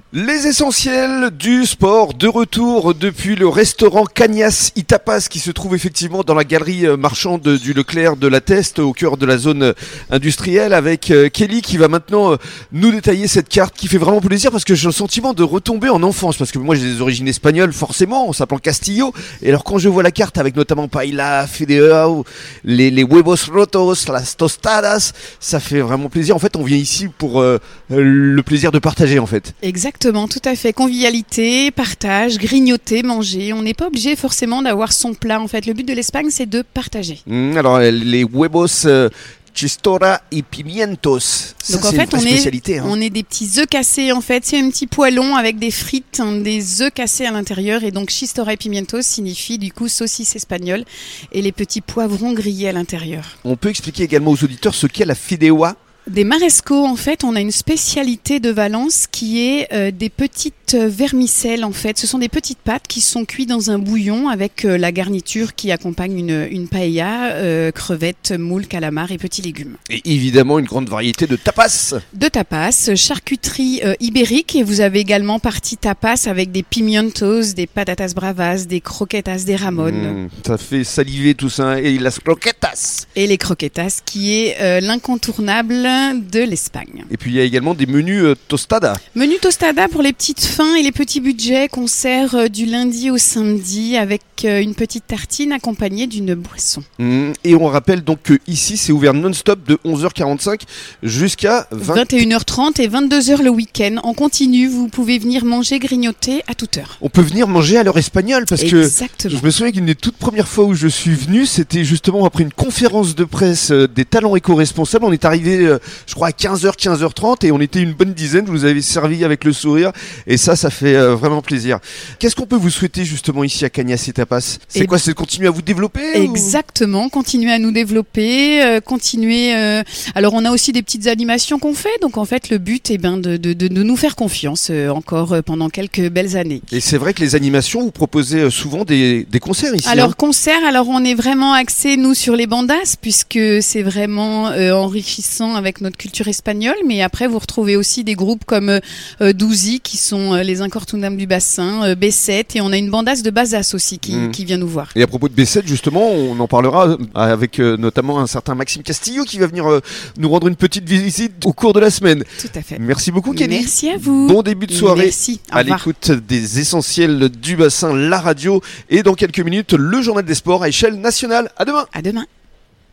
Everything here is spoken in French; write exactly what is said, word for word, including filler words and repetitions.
Les essentiels du sport de retour depuis le restaurant Cañas y Tapas qui se trouve effectivement dans la galerie marchande du Leclerc de la Teste au cœur de la zone industrielle avec Kelly qui va maintenant nous détailler cette carte qui fait vraiment plaisir parce que j'ai le sentiment de retomber en enfance parce que moi j'ai des origines espagnoles forcément en s'appelant Castillo et alors quand je vois la carte avec notamment paella, fideo, les, les huevos rotos, las tostadas, ça fait vraiment plaisir. En fait on vient ici pour euh, le plaisir de partager en fait. Exactement. Tout à fait. Convivialité, partage, grignoter, manger. On n'est pas obligé forcément d'avoir son plat. En fait, le but de l'Espagne, c'est de partager. Mmh, alors, les huevos euh, chistorra y pimientos. Ça, Donc en c'est fait, une on spécialité, est, hein. on est des petits œufs cassés. En fait, c'est un petit poêlon avec des frites, hein, des œufs cassés à l'intérieur. Et donc, chistorra y pimientos signifie du coup saucisse espagnole et les petits poivrons grillés à l'intérieur. On peut expliquer également aux auditeurs ce qu'est la fideuà. Des marescos, en fait, on a une spécialité de Valence qui est euh, des petites vermicelles, en fait. Ce sont des petites pâtes qui sont cuites dans un bouillon avec euh, la garniture qui accompagne une, une paella, euh, crevettes, moules, calamars et petits légumes. Et évidemment, une grande variété de tapas. De tapas, charcuterie euh, ibérique et vous avez également partie tapas avec des pimientos, des patatas bravas, des croquetas, des ramones. Mmh, ça fait saliver tout ça. Et las croquetas. Et les croquetas qui est euh, l'incontournable de l'Espagne. Et puis il y a également des menus euh, tostada. Menu tostada pour les petites fins et les petits budgets qu'on sert euh, du lundi au samedi avec euh, une petite tartine accompagnée d'une boisson. Mmh, et on rappelle donc que ici c'est ouvert non-stop de onze heures quarante-cinq jusqu'à vingt... vingt et une heures trente et vingt-deux heures le week-end. En continu, vous pouvez venir manger, grignoter à toute heure. On peut venir manger à l'heure espagnole parce Exactement. que je me souviens qu'une des toutes premières fois où je suis venu, c'était justement après une conférence de presse euh, des talents éco-responsables. On est arrivé euh, je crois à quinze heures, quinze heures trente et on était une bonne dizaine, vous avez servi avec le sourire et ça, ça fait euh, vraiment plaisir. Qu'est-ce qu'on peut vous souhaiter justement ici à Cañas y Tapas? C'est et quoi? C'est de continuer à vous développer? Exactement, ou... continuer à nous développer, euh, continuer... Euh... Alors on a aussi des petites animations qu'on fait, donc en fait le but est ben, de, de, de, de nous faire confiance euh, encore euh, pendant quelques belles années. Et c'est vrai que les animations, vous proposez euh, souvent des, des concerts ici. Alors hein concerts, alors on est vraiment axé nous sur les bandas puisque c'est vraiment euh, enrichissant avec notre culture espagnole, mais après vous retrouvez aussi des groupes comme euh, Douzi qui sont euh, les incontournables du bassin, euh, B sept et on a une bandasse de Bazas aussi qui, mmh. qui vient nous voir. Et à propos de B sept justement, on en parlera avec euh, notamment un certain Maxime Castillo qui va venir euh, nous rendre une petite visite au cours de la semaine. Tout à fait. Merci beaucoup Kelly. Merci à vous. Bon début de soirée. Merci. Au à revoir. L'écoute des essentiels du bassin, la radio et dans quelques minutes le journal des sports à échelle nationale. À demain. À demain.